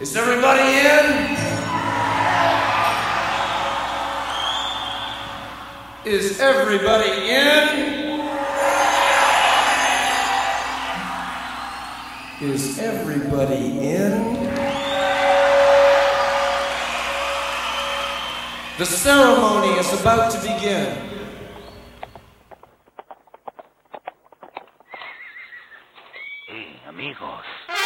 Is everybody in? Is everybody in? Is everybody in? The ceremony is about to begin. Hey, amigos.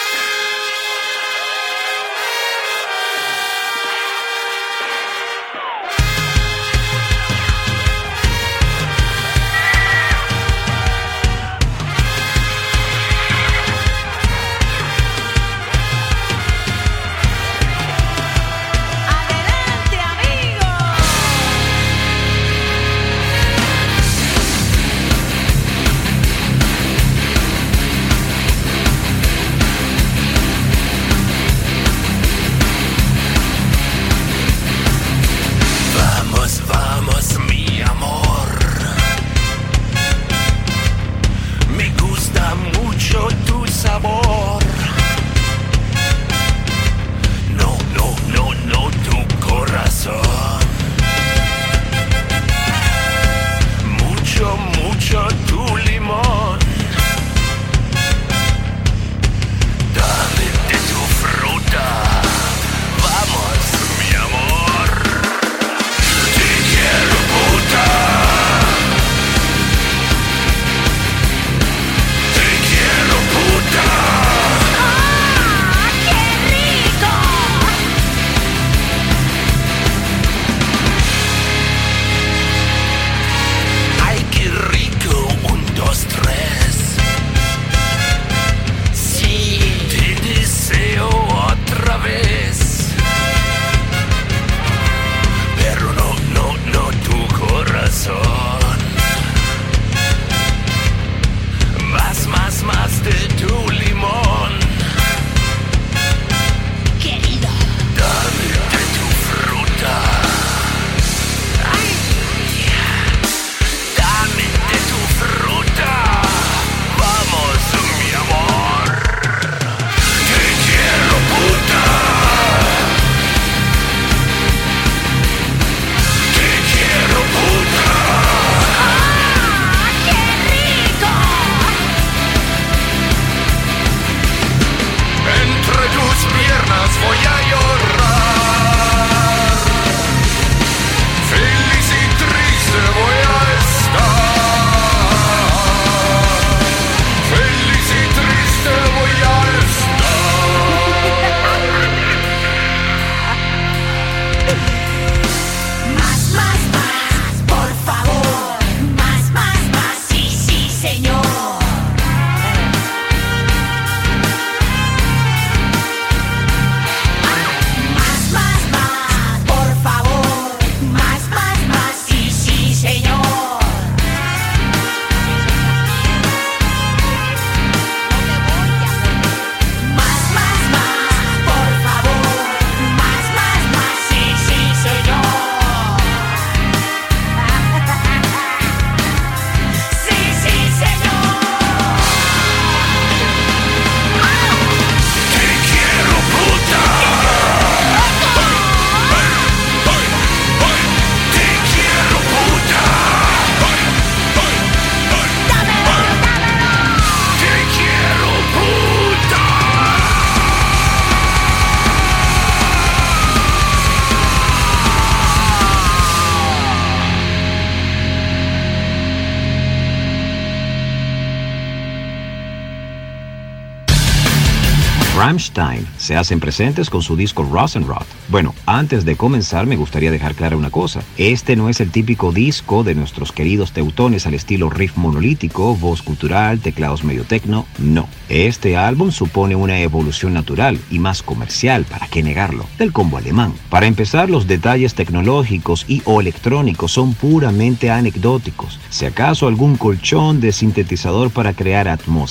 Rammstein se hacen presentes con su disco Rosenrot. Bueno, antes de comenzar me gustaría dejar clara una cosa. Este no es el típico disco de nuestros queridos teutones al estilo riff monolítico, voz cultural, teclados medio tecno, no. Este álbum supone una evolución natural y más comercial, ¿para qué negarlo?, del combo alemán. Para empezar, los detalles tecnológicos y o electrónicos son puramente anecdóticos, si acaso algún colchón de sintetizador para crear atmósfera.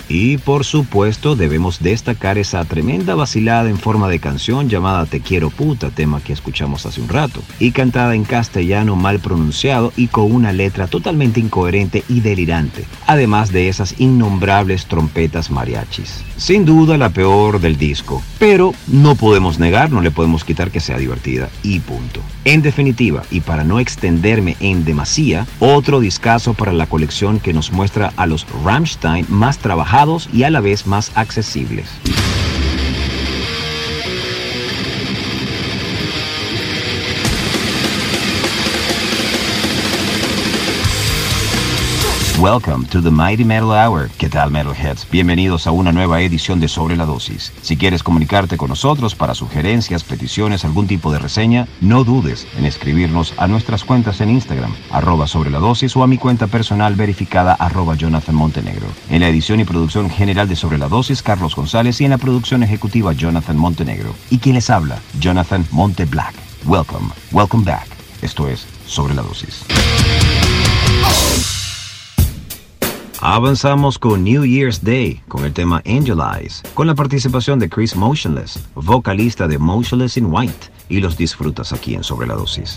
Y por supuesto debemos destacar esa tremenda vacilada en forma de canción llamada Te quiero puta, tema que escuchamos hace un rato, y cantada en castellano mal pronunciado y con una letra totalmente incoherente y delirante, además de esas innombrables trompetas mariachis. Sin duda la peor del disco, pero no podemos negar, no le podemos quitar que sea divertida y punto. En definitiva, y para no extenderme en demasía, otro discazo para la colección que nos muestra a los Rammstein más trabajados y a la vez más accesibles. Welcome to the Mighty Metal Hour. ¿Qué tal, Metalheads? Bienvenidos a una nueva edición de Sobre la Dosis. Si quieres comunicarte con nosotros para sugerencias, peticiones, algún tipo de reseña, no dudes en escribirnos a nuestras cuentas en Instagram, @sobreladosis, o a mi cuenta personal verificada, @Jonathan Montenegro. En la edición y producción general de Sobre la Dosis, Carlos González, y en la producción ejecutiva, Jonathan Montenegro. Y quien les habla, Jonathan Monte Black. Welcome back. Esto es Sobre la Dosis. Avanzamos con New Year's Day, con el tema Angel Eyes, con la participación de Chris Motionless, vocalista de Motionless in White, y los disfrutas aquí en Sobre la Dosis.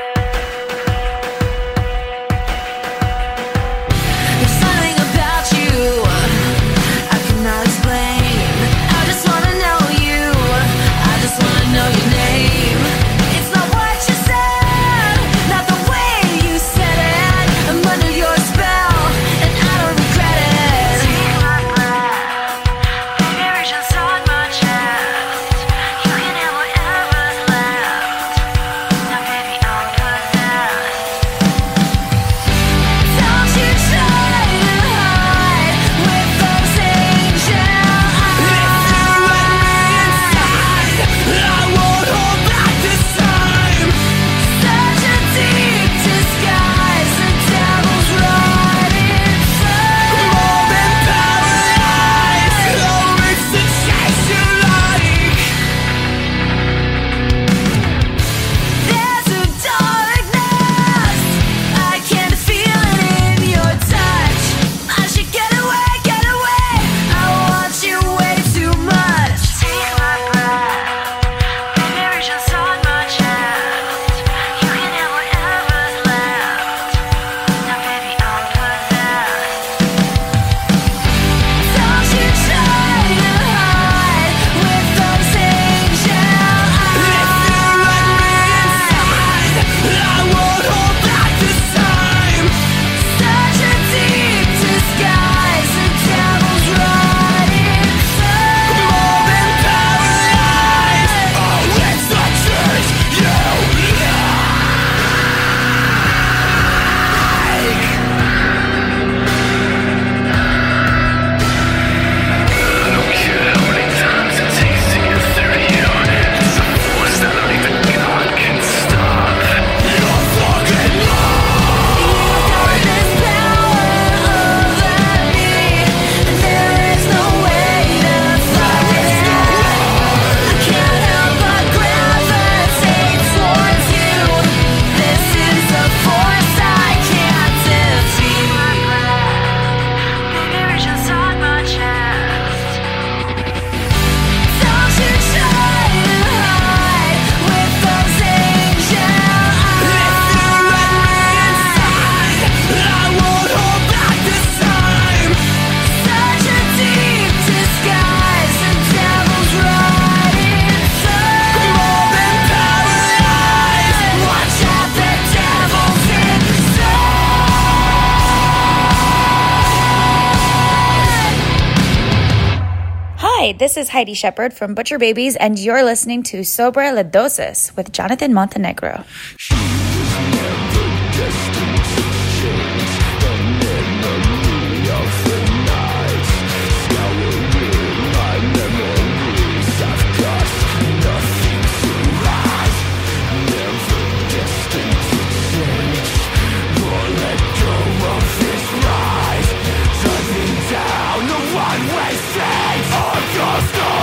Hi, this is Heidi Shepard from Butcher Babies, and you're listening to Sobre la Dosis with Jonathan Montenegro.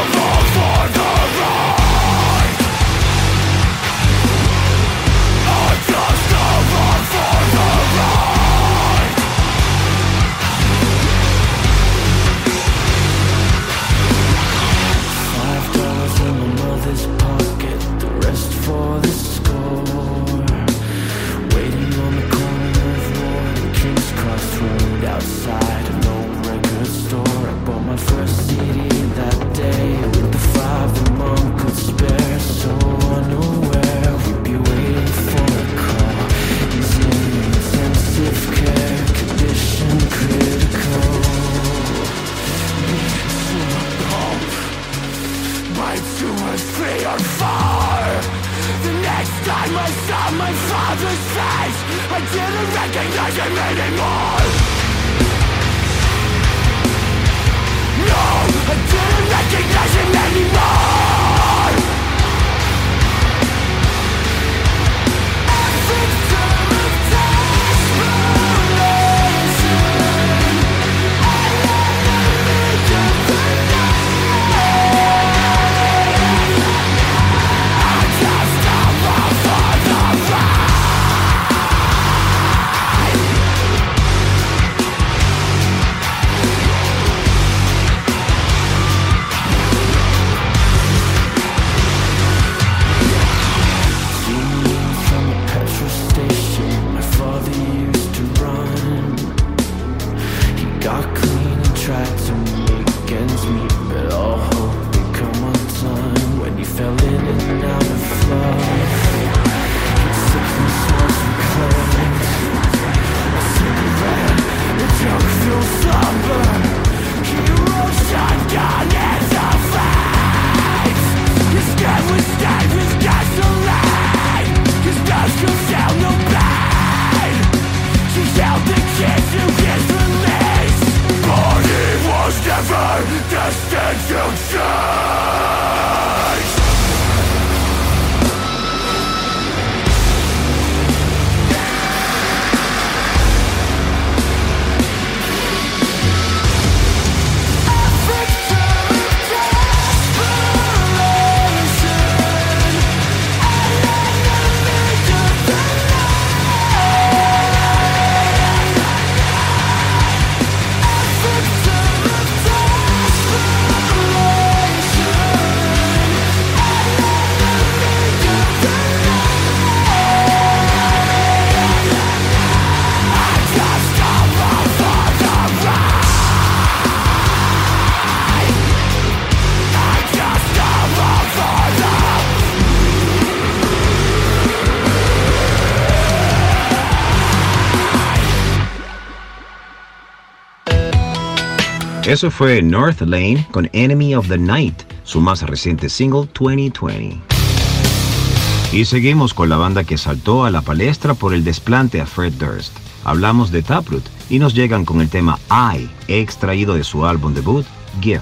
For the right, way too much fear far. The next time I saw my father's face, I didn't recognize him anymore. No, I didn't recognize him anymore. Every time of desperation, an enemy of the night. I just stumble for the ride. Got clean and tried to make ends meet, but all hope had come undone when he fell in and out of love. His sickness was reclaimed. A cigarette, a drug-filled slumber. Hero shotgun as a fight. His skin was stained with gasoline. His nose could feel no pain. She held the kiss to his release, but he was never destined to change. Every time of desperation, an enemy to the night. Every time of desperation, an enemy to the night. I just stumble for the ride. I just stumble for the Eso fue North Lane con Enemy of the Night, su más reciente single 2020. Y seguimos con la banda que saltó a la palestra por el desplante a Fred Durst. Hablamos de Taproot y nos llegan con el tema I, extraído de su álbum debut, Gift.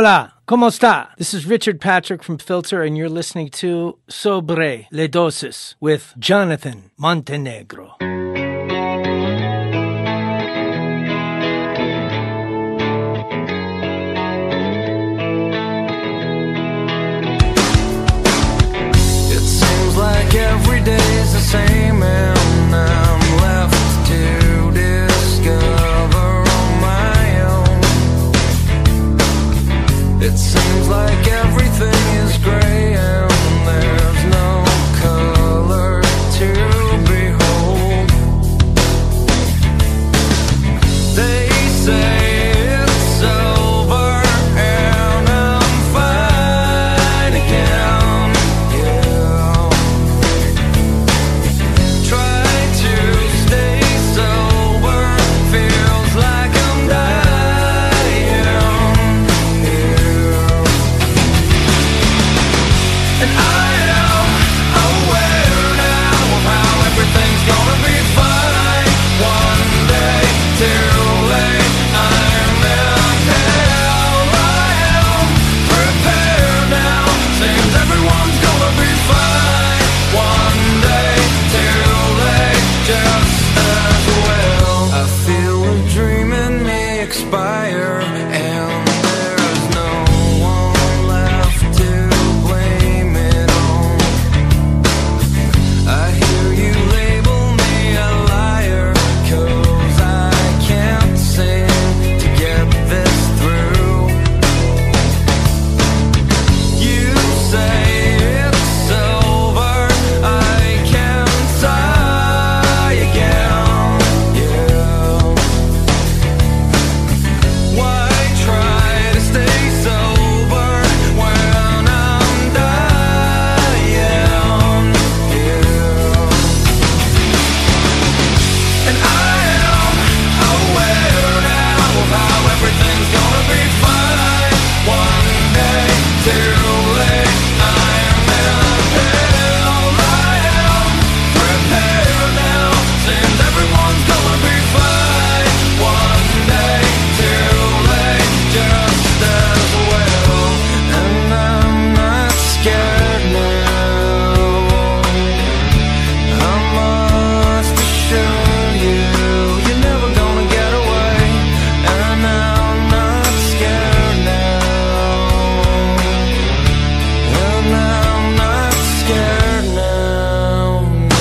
Hola, ¿cómo está? This is Richard Patrick from Filter, and you're listening to Sobre le Dosis with Jonathan Montenegro. It seems like every day's the same, and I'm left to discover on my own. It seems like everything is gray and there's no color to behold. They say it's over and I'm fine again, yeah. Try to stay sober, feels like I'm dying, yeah. And I am aware now of how everything's gonna be fine. One day too late, I'm in hell. I am prepared now, seems everyone's gonna be fine. One day too late, just as well. I feel a dream in me expire, and there's no one left to blame it on. I hear you label me a liar, 'cause I can't seem to get this through. You say it's over, I can sigh again, yeah. Why try to stay sober when I'm dying, yeah. And I am aware now of how everything's gonna be fine. One day too late, I'm in hell. I am prepared now, seems everyone's gonna be fine. One day too late, just as well. And I'm not scared now, I must assure you, you're never gonna get away. And I'm not scared now, and I'm not scared now, no.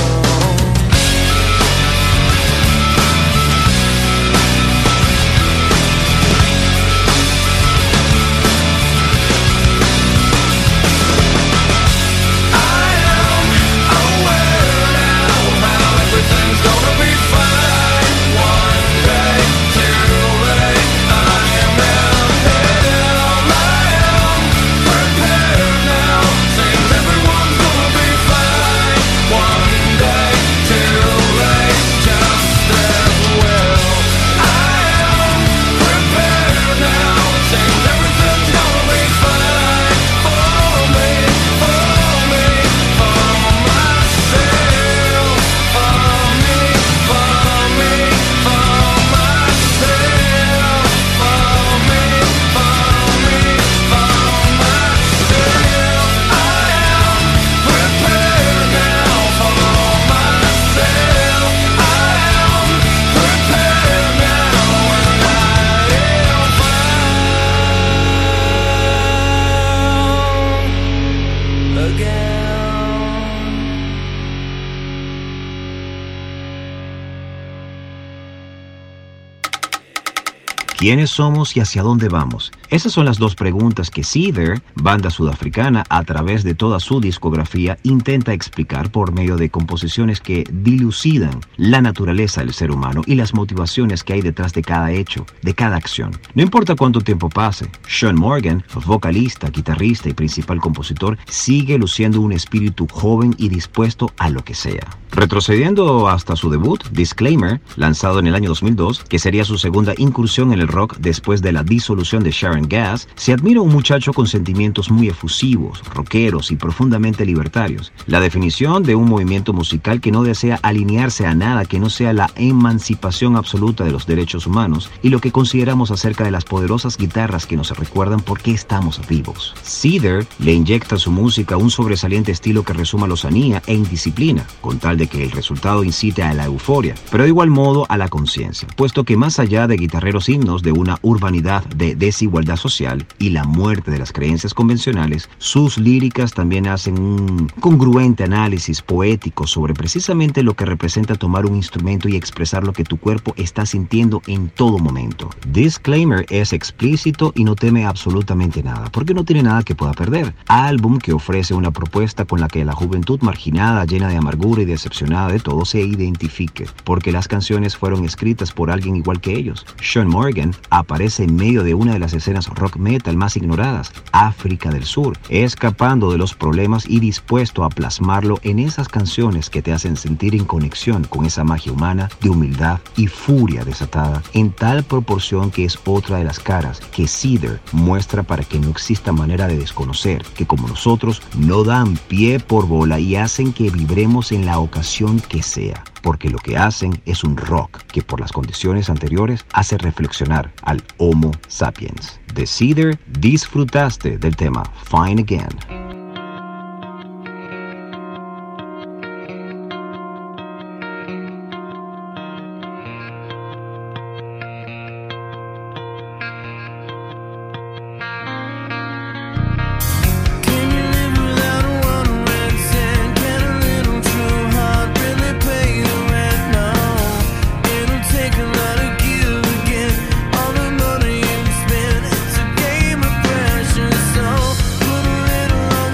I am aware now of how everything's gonna be fine. One day too late, I am in hell. I am prepared now, seems everyone's gonna be fine. One day too late, just as well. I am prepared now, seems everything's gonna be fine. For me, for me, for myself. For me, for me, for myself. For me, for me, for myself. I am prepared now for myself. I am prepared now, and I am found again. ¿Quiénes somos y hacia dónde vamos? Esas son las dos preguntas que Seether, banda sudafricana, a través de toda su discografía, intenta explicar por medio de composiciones que dilucidan la naturaleza del ser humano y las motivaciones que hay detrás de cada hecho, de cada acción. No importa cuánto tiempo pase, Sean Morgan, vocalista, guitarrista y principal compositor, sigue luciendo un espíritu joven y dispuesto a lo que sea. Retrocediendo hasta su debut, Disclaimer, lanzado en el año 2002, que sería su segunda incursión en el del rock después de la disolución de Sharon Gass, se admira un muchacho con sentimientos muy efusivos, rockeros y profundamente libertarios. La definición de un movimiento musical que no desea alinearse a nada que no sea la emancipación absoluta de los derechos humanos y lo que consideramos acerca de las poderosas guitarras que nos recuerdan por qué estamos vivos. Seether le inyecta a su música un sobresaliente estilo que resuma lozanía e indisciplina, con tal de que el resultado incite a la euforia, pero de igual modo a la conciencia, puesto que más allá de guitarreros himnos de una urbanidad de desigualdad social y la muerte de las creencias convencionales, sus líricas también hacen un congruente análisis poético sobre precisamente lo que representa tomar un instrumento y expresar lo que tu cuerpo está sintiendo en todo momento. Disclaimer es explícito y no teme absolutamente nada, porque no tiene nada que pueda perder. Álbum que ofrece una propuesta con la que la juventud marginada, llena de amargura y decepcionada de todo, se identifique, porque las canciones fueron escritas por alguien igual que ellos. Sean Morgan aparece en medio de una de las escenas rock metal más ignoradas, África del Sur, escapando de los problemas y dispuesto a plasmarlo en esas canciones que te hacen sentir en conexión con esa magia humana de humildad y furia desatada, en tal proporción que es otra de las caras que Seether muestra para que no exista manera de desconocer que como nosotros no dan pie por bola y hacen que vibremos en la ocasión que sea, porque lo que hacen es un rock que por las condiciones anteriores hace reflexionar al Homo sapiens. De Seether disfrutaste del tema Fine Again. Little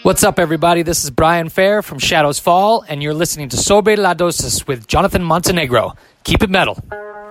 What's up, everybody? This is Brian Fair from Shadows Fall, and you're listening to Sobre la Dosis with Jonathan Montenegro. Keep it metal.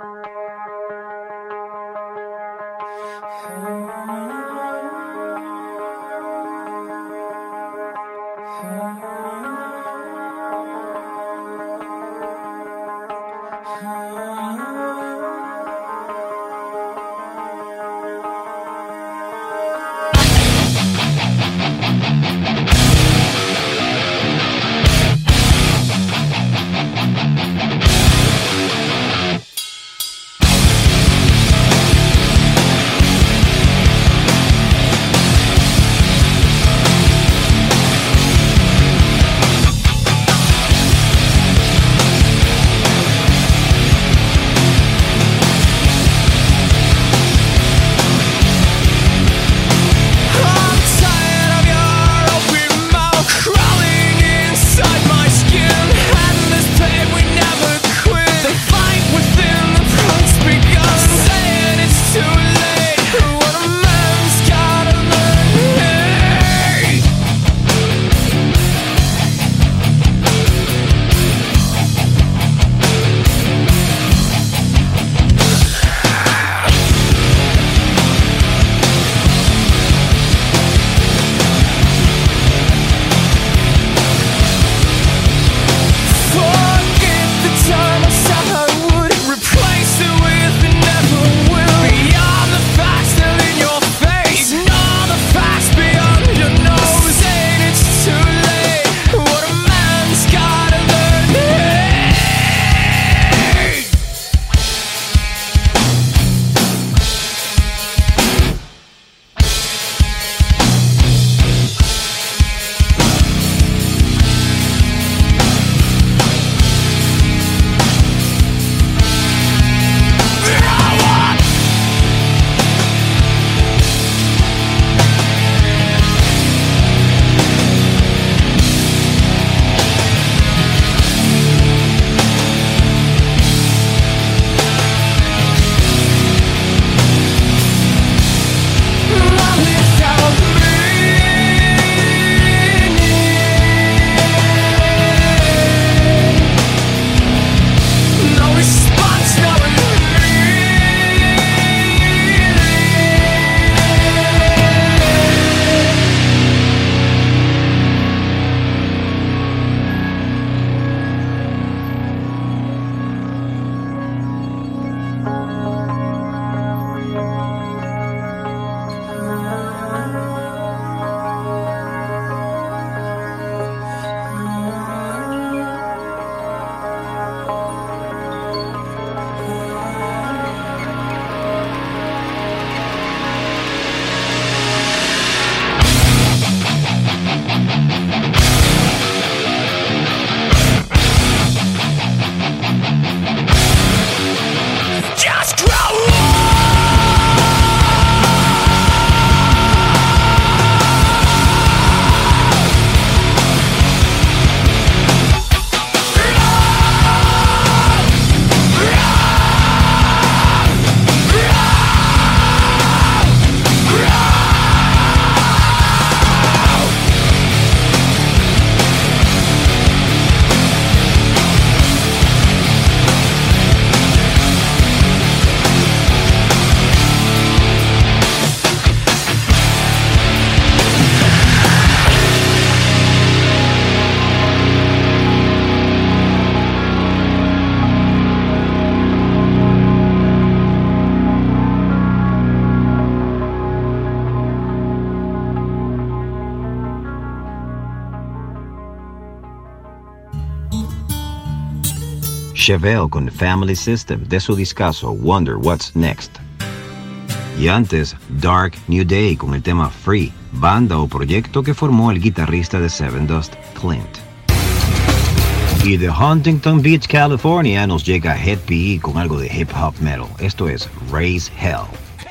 Chevelle con Family System de su discazo Wonder What's Next. Y antes, Dark New Day con el tema Free, banda o proyecto que formó el guitarrista de Sevendust, Clint. Y de Huntington Beach, California, nos llega Head PE con algo de hip hop metal. Esto es Raise Hell.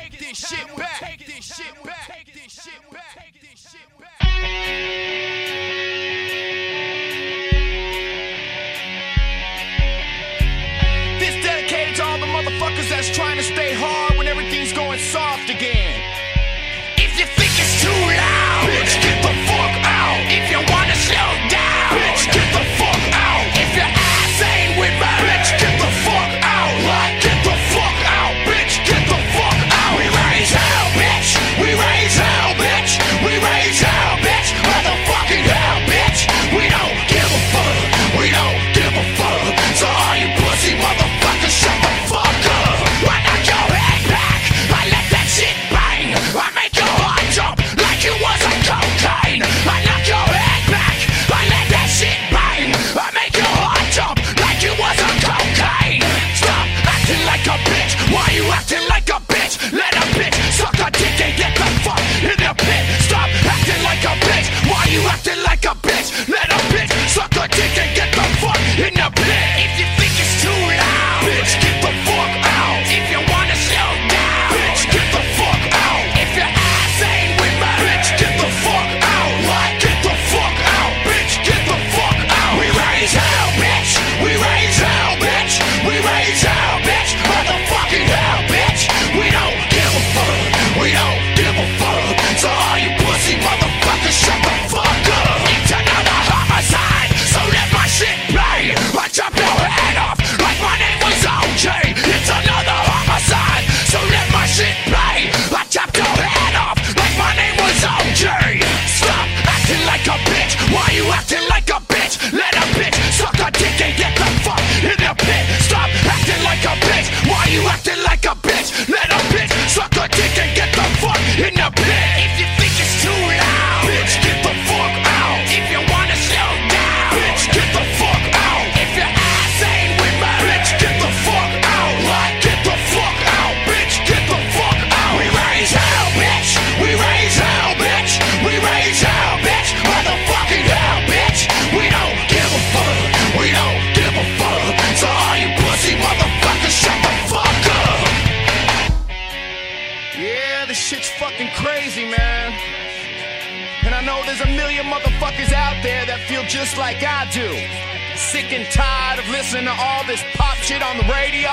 That's trying to stay hard when everything's going soft again. If you think it's too loud, bitch, get the fuck out. If Yeah, this shit's fucking crazy, man. And I know there's a million motherfuckers out there that feel just like I do. Sick and tired of listening to all this pop shit on the radio.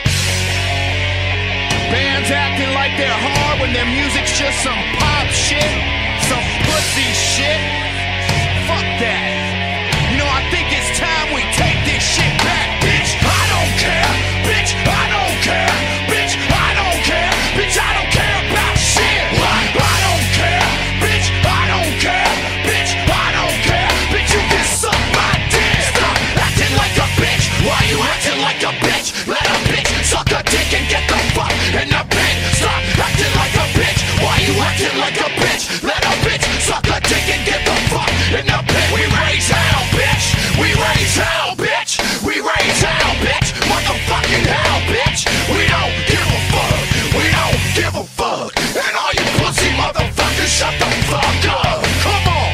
Bands acting like they're hard when their music's just some pop shit, some pussy shit. Fuck that. You know, I think it's time we take this shit back, bitch. I don't care, bitch. I don't care, bitch. I don't care, bitch. I don't care about shit. I don't care, bitch. I don't care, bitch. I don't care, bitch. You can suck my dick. Stop acting like a bitch. Why you acting like a bitch? Let a bitch suck a dick and get the fuck in the bed. Stop acting like a bitch. Why you acting like a bitch? Let a bitch suck a dick and get the fuck in the bed. We raise hell, bitch. We raise hell, bitch. We raise hell, bitch. Motherfucking hell, bitch. We don't give a fuck. We don't give a fuck. And all you pussy motherfuckers, shut the fuck up. Come on.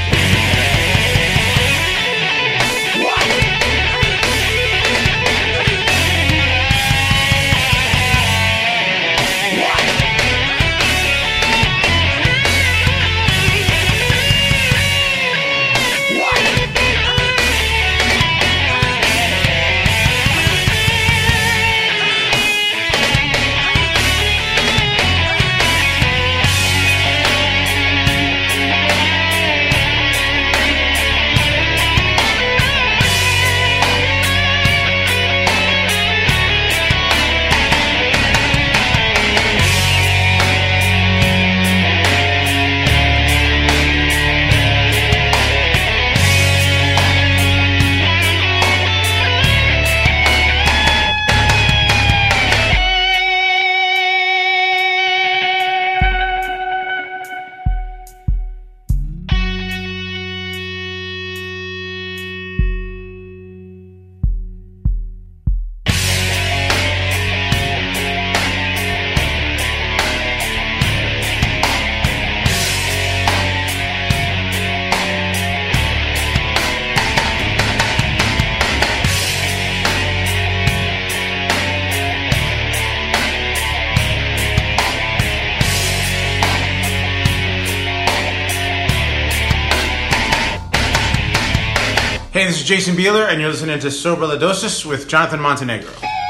What? What? Hey, this is Jason Bieler, and you're listening to Sobre La Dosis with Jonathan Montenegro.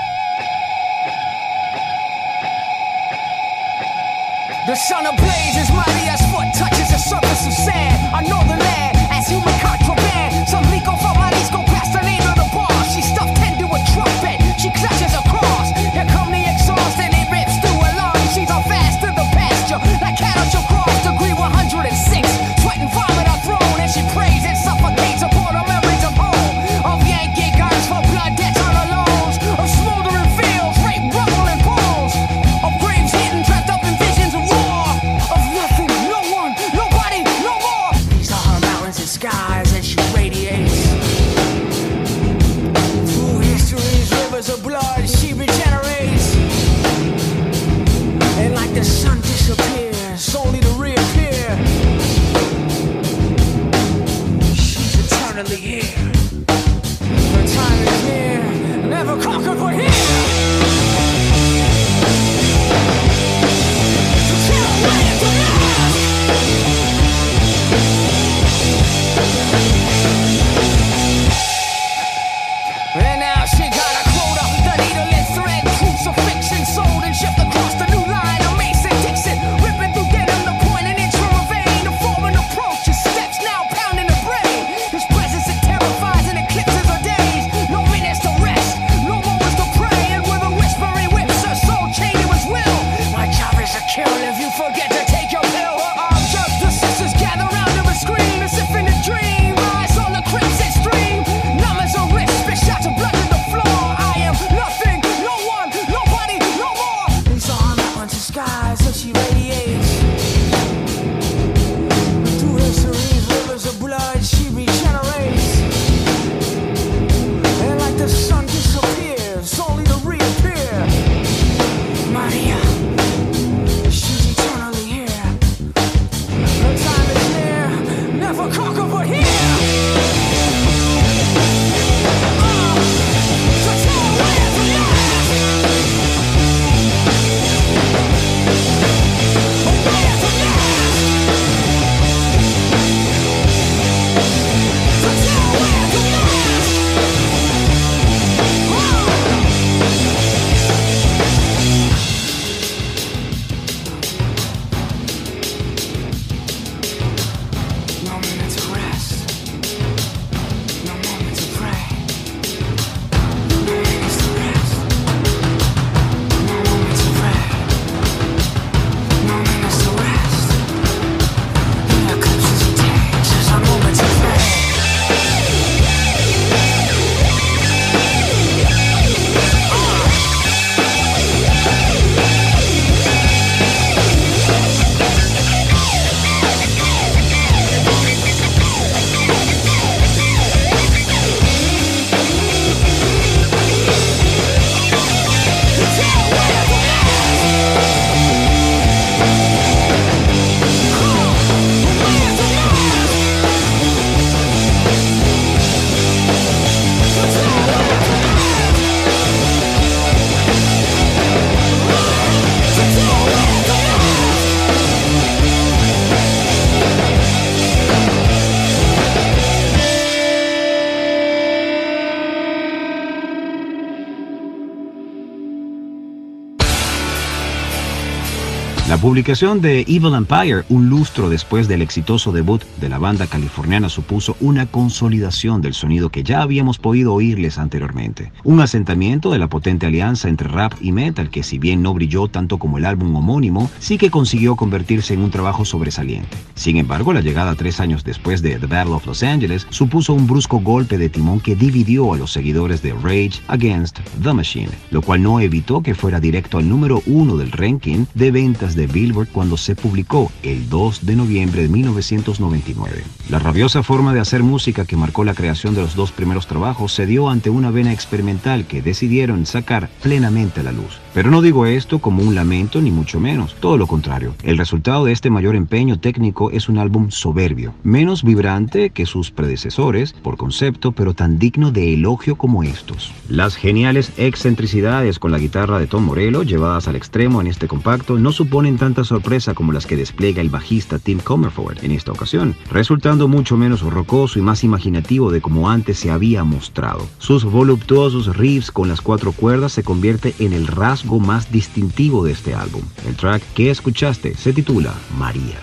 The sun ablaze is mighty as foot touches the surface of sand. I know the land as human contraband. Some leak off of my knees, go past the name of the bar. She stuffed 10 to a trumpet, she clutches across. Here come the exhaust and it rips through her lungs. She's on fast to the pasture, like cattle shall cross degree 106. Sweat and vomit are thrown and she prays and suffocates upon her memories of home. Of Yankee guns for blood debts on her loans. Of smoldering fields, rape, rubble and bones. Of graves hidden, trapped up in visions of war. Of nothing, no one, nobody, no more. These are her mountains and skies and she radiates. Through history's rivers of blood she regenerates. And like the sun disappears, only to reappear. She's eternally here. Her time is near, never conquered but here. To tear away and to last. And now she got a quota, the needle and thread, crucifix and sold and shipped across the new line of Mason Dixon, ripping through denim, the point and inch from a vein, the foreign approach, his steps now pounding the brain. His presence it terrifies and eclipses her days. No minutes to rest, no moments to pray, and with a whisper he whips her soul chained to his will. My job is to kill if you forget to publicación de Evil Empire, un lustro después del exitoso debut de la banda californiana, supuso una consolidación del sonido que ya habíamos podido oírles anteriormente. Un asentamiento de la potente alianza entre rap y metal que, si bien no brilló tanto como el álbum homónimo, sí que consiguió convertirse en un trabajo sobresaliente. Sin embargo, la llegada 3 años después de The Battle of Los Angeles supuso un brusco golpe de timón que dividió a los seguidores de Rage Against the Machine, lo cual no evitó que fuera directo al número 1 del ranking de ventas de Billboard cuando se publicó el 2 de noviembre de 1999. La rabiosa forma de hacer música que marcó la creación de los 2 primeros trabajos se dio ante una vena experimental que decidieron sacar plenamente a la luz. Pero no digo esto como un lamento ni mucho menos, todo lo contrario. El resultado de este mayor empeño técnico es un álbum soberbio, menos vibrante que sus predecesores por concepto, pero tan digno de elogio como estos. Las geniales excentricidades con la guitarra de Tom Morello, llevadas al extremo en este compacto, no suponen tanta sorpresa como las que despliega el bajista Tim Comerford en esta ocasión, resultando mucho menos rocoso y más imaginativo de como antes se había mostrado. Sus voluptuosos riffs con las 4 cuerdas se convierte en el rasgo más distintivo de este álbum. El track que escuchaste se titula María.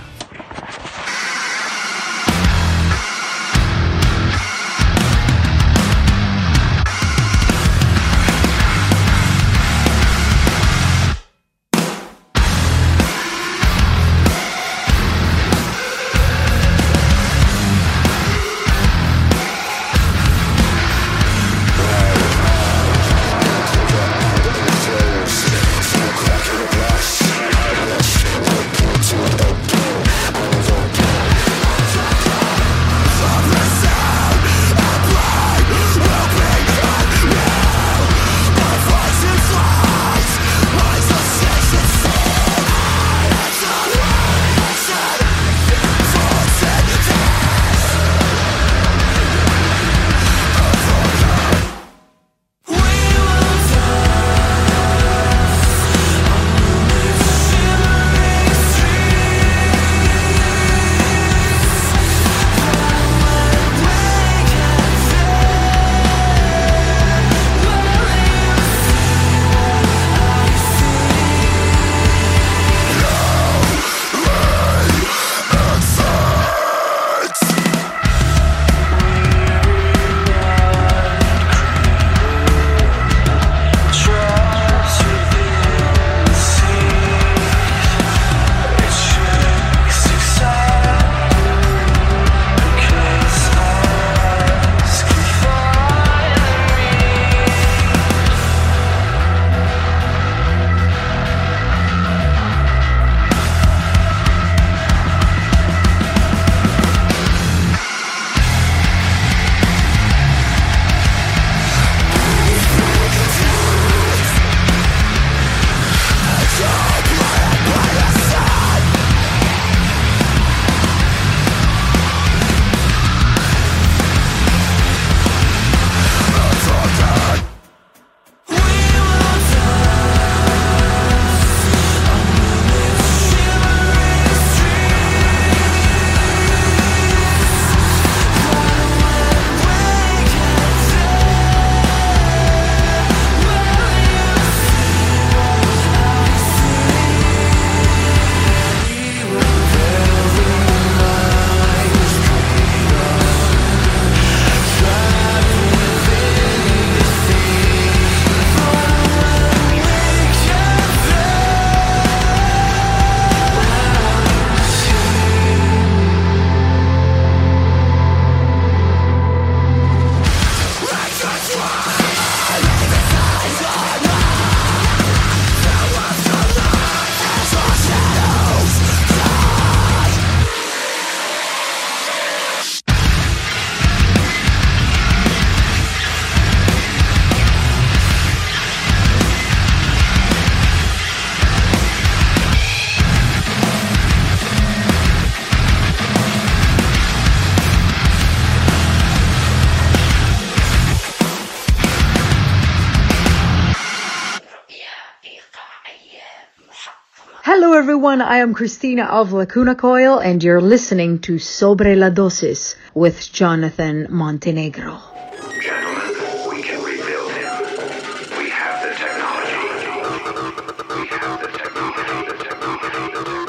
Hello everyone, I am Christina of Lacuna Coil and you're listening to Sobre la Dosis with Jonathan Montenegro. Gentlemen, we can rebuild him. We have the technology. We have the technology.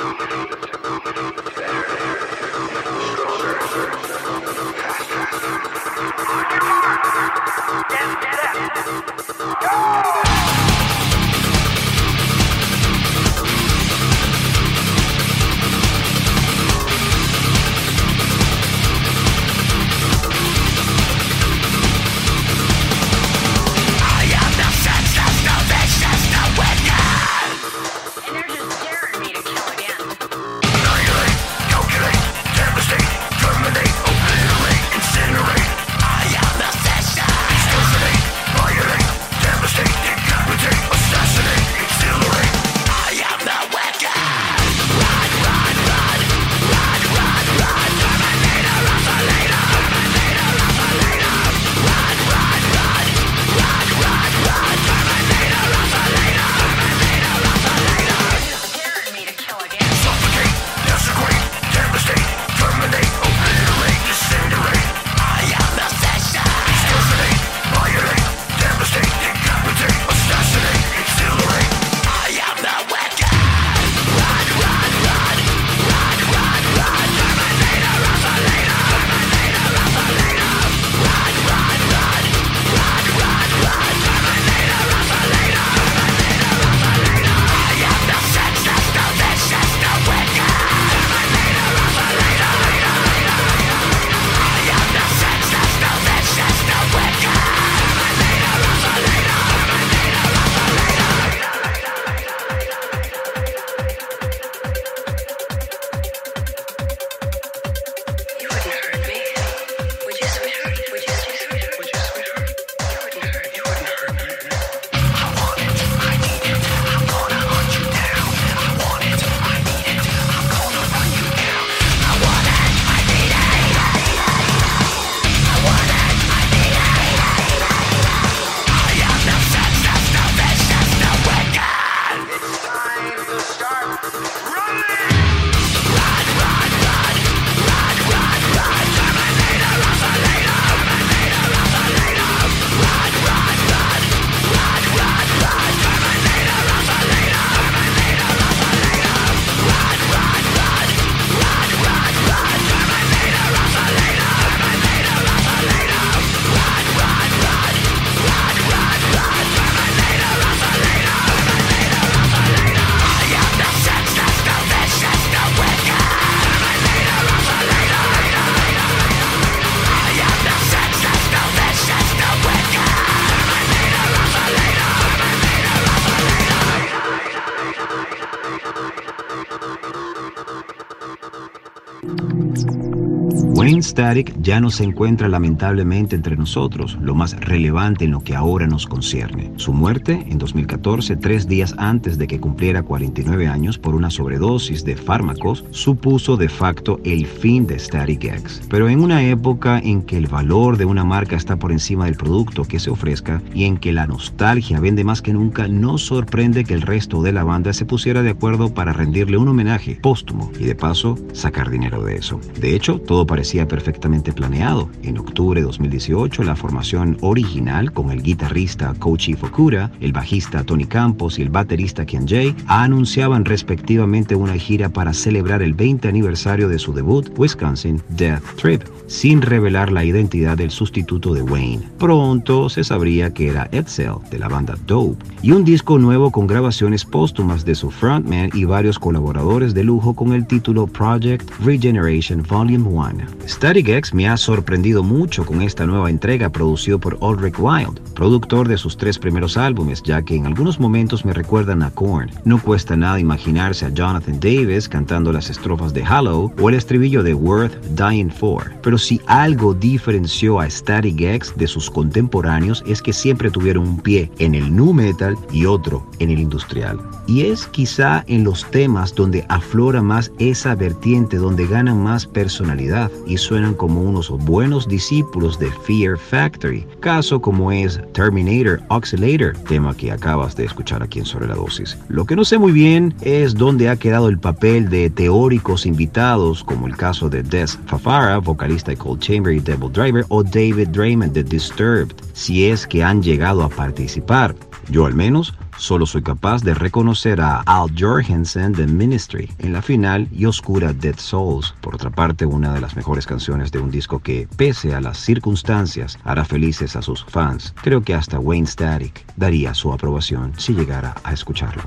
Wayne Static ya no se encuentra lamentablemente entre nosotros, lo más relevante en lo que ahora nos concierne. Su muerte en 2014, 3 días antes de que cumpliera 49 años por una sobredosis de fármacos, supuso de facto el fin de Static X. Pero en una época en que el valor de una marca está por encima del producto que se ofrezca y en que la nostalgia vende más que nunca, no sorprende que el resto de la banda se pusiera de acuerdo para rendirle un homenaje póstumo y de paso sacar dinero de eso. De hecho, todo parecía perfectamente planeado. En octubre de 2018, la formación original, con el guitarrista Koichi Fukuda, el bajista Tony Campos y el baterista Ken Jay, anunciaban respectivamente una gira para celebrar el 20 aniversario de su debut, Wisconsin Death Trip, sin revelar la identidad del sustituto de Wayne. Pronto se sabría que era Edsel, de la banda Dope, y un disco nuevo con grabaciones póstumas de su frontman y varios colaboradores de lujo con el título Project Regeneration Volume 1. Static X me ha sorprendido mucho con esta nueva entrega producido por Ulrich Wild, productor de sus 3 primeros álbumes, ya que en algunos momentos me recuerdan a Korn. No cuesta nada imaginarse a Jonathan Davis cantando las estrofas de Hollow o el estribillo de Worth Dying For. Pero si algo diferenció a Static X de sus contemporáneos es que siempre tuvieron un pie en el nu metal y otro en el industrial. Y es quizá en los temas donde aflora más esa vertiente, donde ganan más personalidad y suenan como unos buenos discípulos de Fear Factory, caso como es Terminator Oscillator, tema que acabas de escuchar aquí en Sobre la Dosis. Lo que no sé muy bien es dónde ha quedado el papel de teóricos invitados, como el caso de Des Fafara, vocalista de Cold Chamber y Devil Driver, o David Draymond de Disturbed, si es que han llegado a participar. Yo al menos solo soy capaz de reconocer a Al Jorgensen de Ministry en la final y oscura Dead Souls. Por otra parte, una de las mejores canciones de un disco que, pese a las circunstancias, hará felices a sus fans. Creo que hasta Wayne Static daría su aprobación si llegara a escucharlo.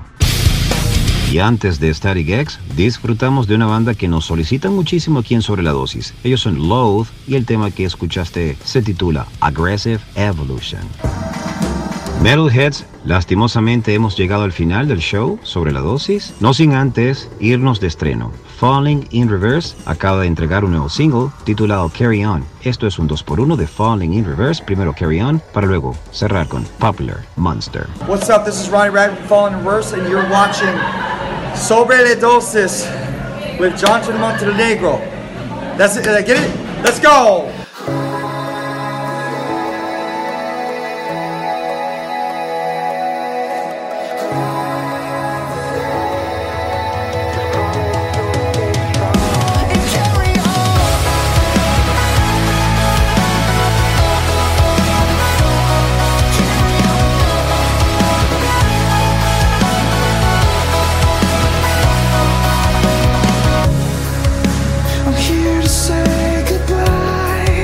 Y antes de Static X, disfrutamos de una banda que nos solicitan muchísimo aquí en Sobre la Dosis. Ellos son Loathe y el tema que escuchaste se titula Aggressive Evolution. Metalheads, lastimosamente hemos llegado al final del show Sobre la Dosis, no sin antes irnos de estreno. Falling in Reverse acaba de entregar un nuevo single titulado Carry On. Esto es un 2x1 de Falling in Reverse, primero Carry On, para luego cerrar con Popular Monster. What's up, this is Ronnie Radford from Falling in Reverse and you're watching Sobre la Dosis with Jonathan Montenegro. That's it, get it? Let's go! I'm here to say goodbye.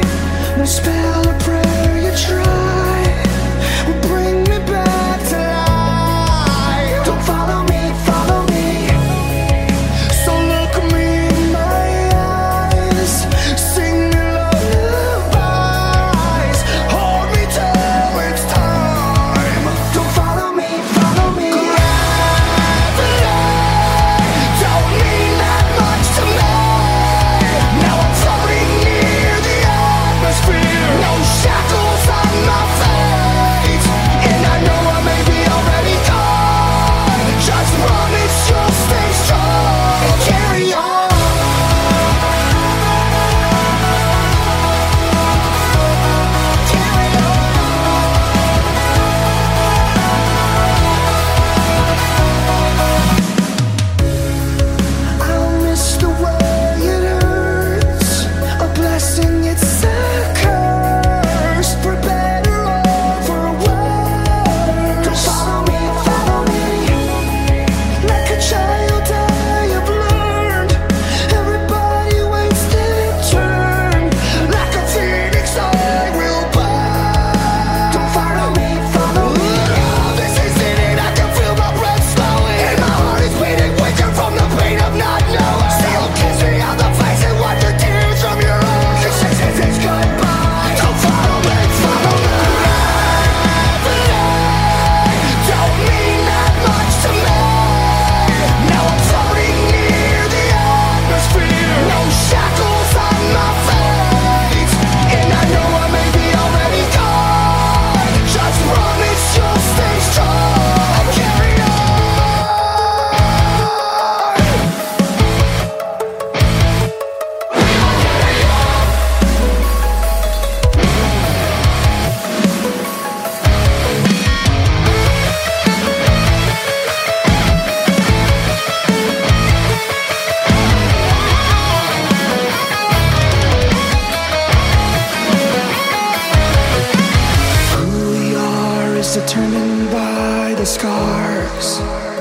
eyes determined by the scars.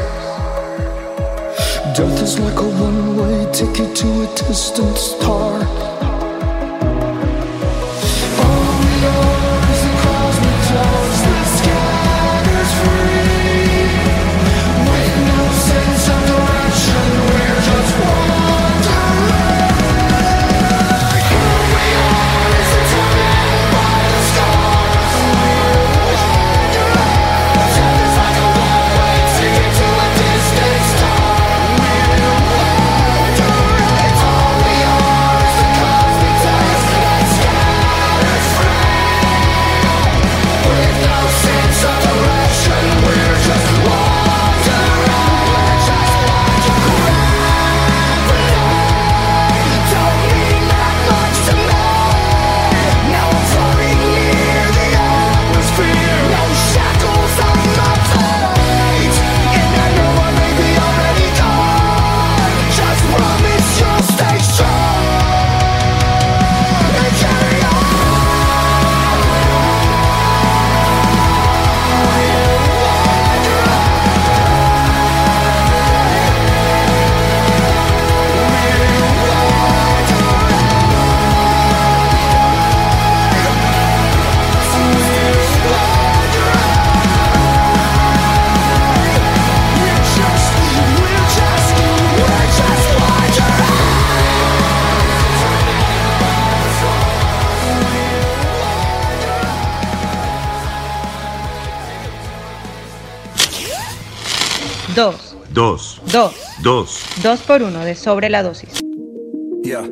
Death is like a one-way ticket to a distant star. All we are is the cosmic dust that scatters free. With no sense of direction, we're just wandering. All we are is determined by the scars. Death is like a one-way ticket to a distant star. Dos por uno de Sobre la Dosis. Yeah.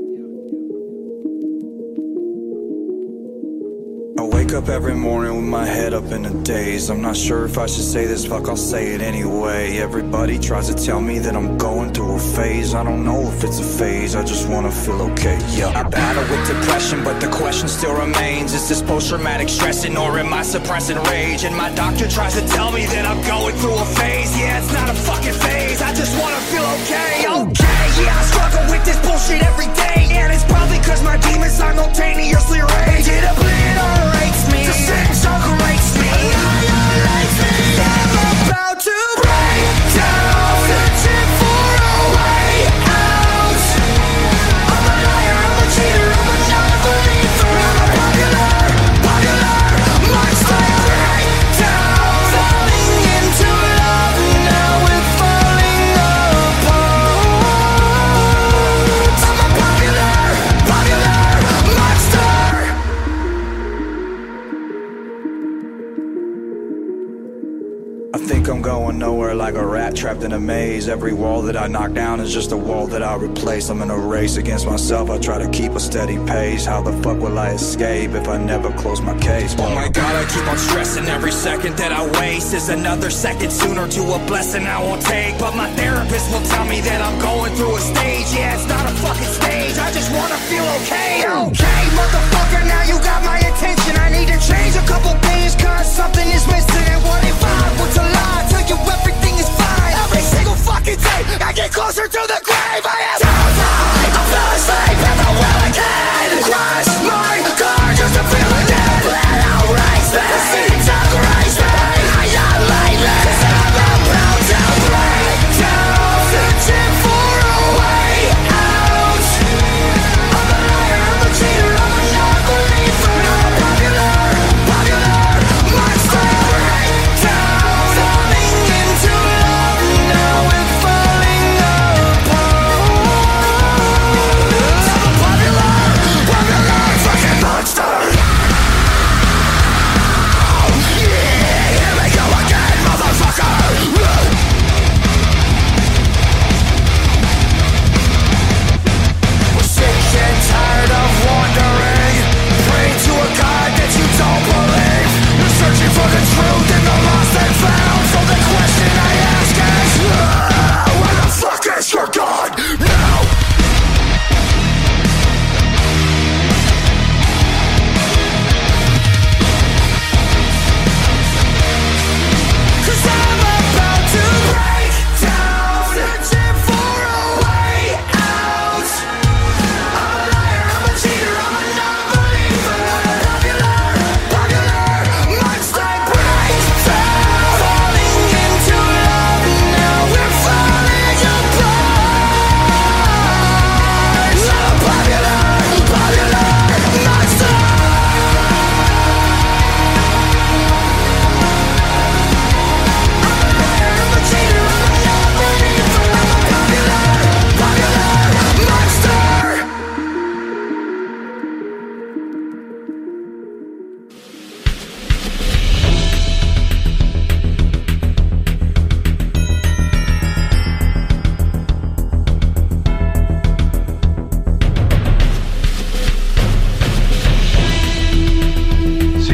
I wake up every morning with my head up in a daze. I'm not sure if I should say this, fuck, I'll say it anyway. Everybody tries to tell me that I'm going through a phase. I don't know if it's a phase, I just wanna feel okay, yeah. I battle with depression, but the question still remains. Is this post-traumatic stressing or am I suppressing rage? And my doctor tries to tell me that I'm going through a phase. Yeah, it's not a fucking phase, I just wanna feel okay, okay. Yeah, I struggle with this bullshit every day. And it's probably cause my demons simultaneously rage. It obliterates me, the sentence rates me, annihilates me. I'm about to break down, searching for a way out. I'm a liar, I'm a cheater, I'm a non-believer. I'm a popular monster. Break down, falling into love, now we're falling apart. I'm a popular monster. I think I'm going nowhere like a rat trapped in a maze. Every wall that I knock down is just a wall that I replace. I'm in a race against myself, I try to keep a steady pace. How the fuck will I escape if I never close my case? Oh my god, I keep on stressing. Every second that I waste is another second sooner to a blessing I won't take. But my therapist will tell me that I'm going through a stage. Yeah, it's not a fucking stage, I just wanna feel okay. Okay, motherfucker, now you got my attention. I need to change a couple things cause something is missing. And what if I was to lie, tell you everything is fine? Every single fucking day I get closer to the grave. I am terrified, I fell asleep at the wheel again. Crush my car just to feel again. Let out race me, the seats of grace me. I am lately, cause I'm about to break down, searching for a way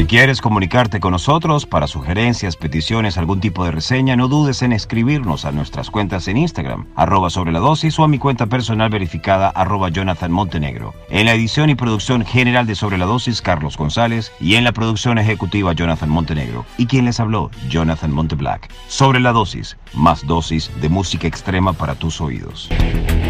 quieres comunicarte con nosotros para sugerencias, peticiones, algún tipo de reseña, no dudes en escribirnos a nuestras cuentas en Instagram, @sobreladosis, o a mi cuenta personal verificada, @Jonathan Montenegro. En la edición y producción general de Sobre la Dosis, Carlos González, y en la producción ejecutiva, Jonathan Montenegro. Y quien les habló, Jonathan Monteblack. Sobre la Dosis, más dosis de música extrema para tus oídos.